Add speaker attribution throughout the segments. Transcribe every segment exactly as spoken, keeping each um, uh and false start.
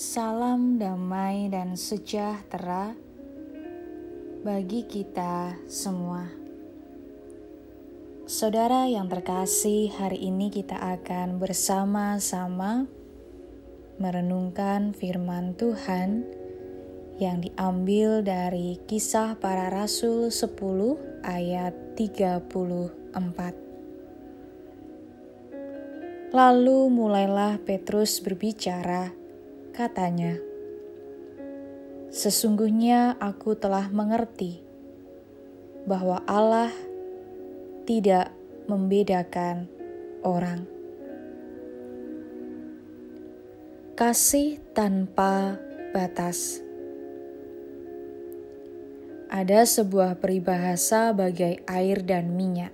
Speaker 1: Salam damai dan sejahtera bagi kita semua. Saudara yang terkasih, hari ini kita akan bersama-sama merenungkan firman Tuhan yang diambil dari Kisah Para Rasul sepuluh ayat tiga puluh empat. Lalu mulailah Petrus berbicara, katanya, "Sesungguhnya aku telah mengerti bahwa Allah tidak membedakan orang." Kasih tanpa batas. Ada sebuah peribahasa bagai air dan minyak.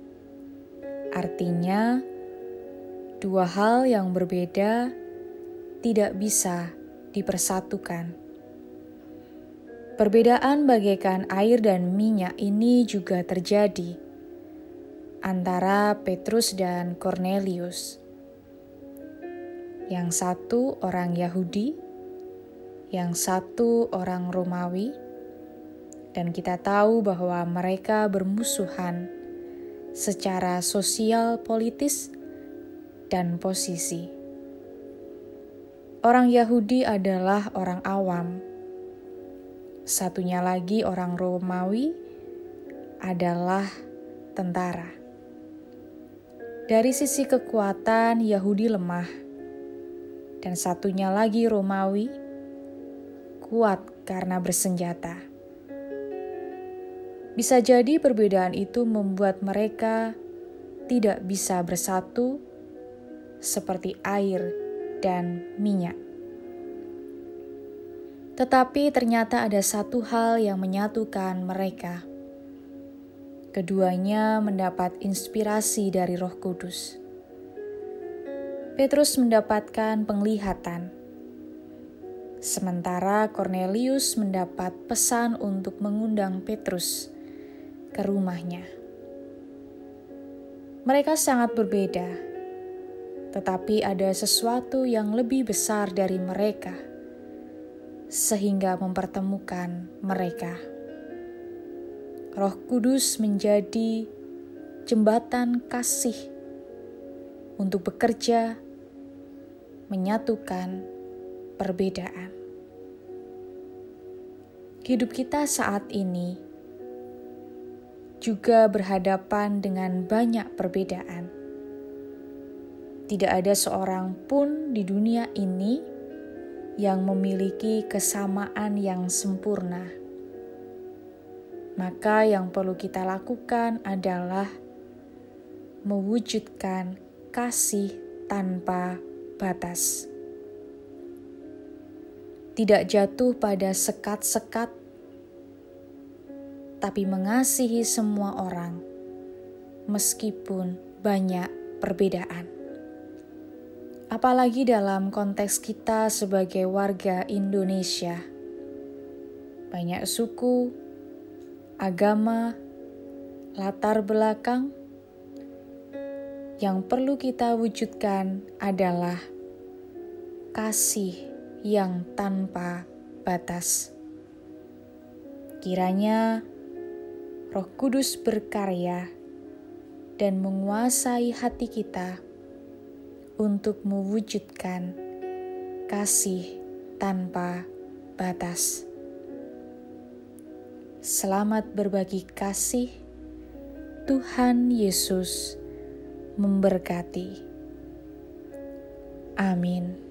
Speaker 1: Artinya, dua hal yang berbeda tidak bisa dipersatukan. Perbedaan bagaikan air dan minyak ini juga terjadi antara Petrus dan Kornelius. Yang satu orang Yahudi, yang satu orang Romawi, dan kita tahu bahwa mereka bermusuhan secara sosial, politis, dan posisi. Orang Yahudi adalah orang awam. Satunya lagi orang Romawi adalah tentara. Dari sisi kekuatan, Yahudi lemah. Dan satunya lagi Romawi kuat karena bersenjata. Bisa jadi perbedaan itu membuat mereka tidak bisa bersatu seperti air dan minyak. Tetapi ternyata ada satu hal yang menyatukan mereka. Keduanya mendapat inspirasi dari Roh Kudus. Petrus mendapatkan penglihatan, sementara Kornelius mendapat pesan untuk mengundang Petrus ke rumahnya. Mereka sangat berbeda, tetapi ada sesuatu yang lebih besar dari mereka, sehingga mempertemukan mereka. Roh Kudus menjadi jembatan kasih untuk bekerja, menyatukan perbedaan. Hidup kita saat ini juga berhadapan dengan banyak perbedaan. Tidak ada seorang pun di dunia ini yang memiliki kesamaan yang sempurna. Maka yang perlu kita lakukan adalah mewujudkan kasih tanpa batas. Tidak jatuh pada sekat-sekat, tapi mengasihi semua orang, meskipun banyak perbedaan. Apalagi dalam konteks kita sebagai warga Indonesia. Banyak suku, agama, latar belakang. Yang perlu kita wujudkan adalah kasih yang tanpa batas. Kiranya Roh Kudus berkarya dan menguasai hati kita untuk mewujudkan kasih tanpa batas. Selamat berbagi kasih. Tuhan Yesus memberkati. Amin.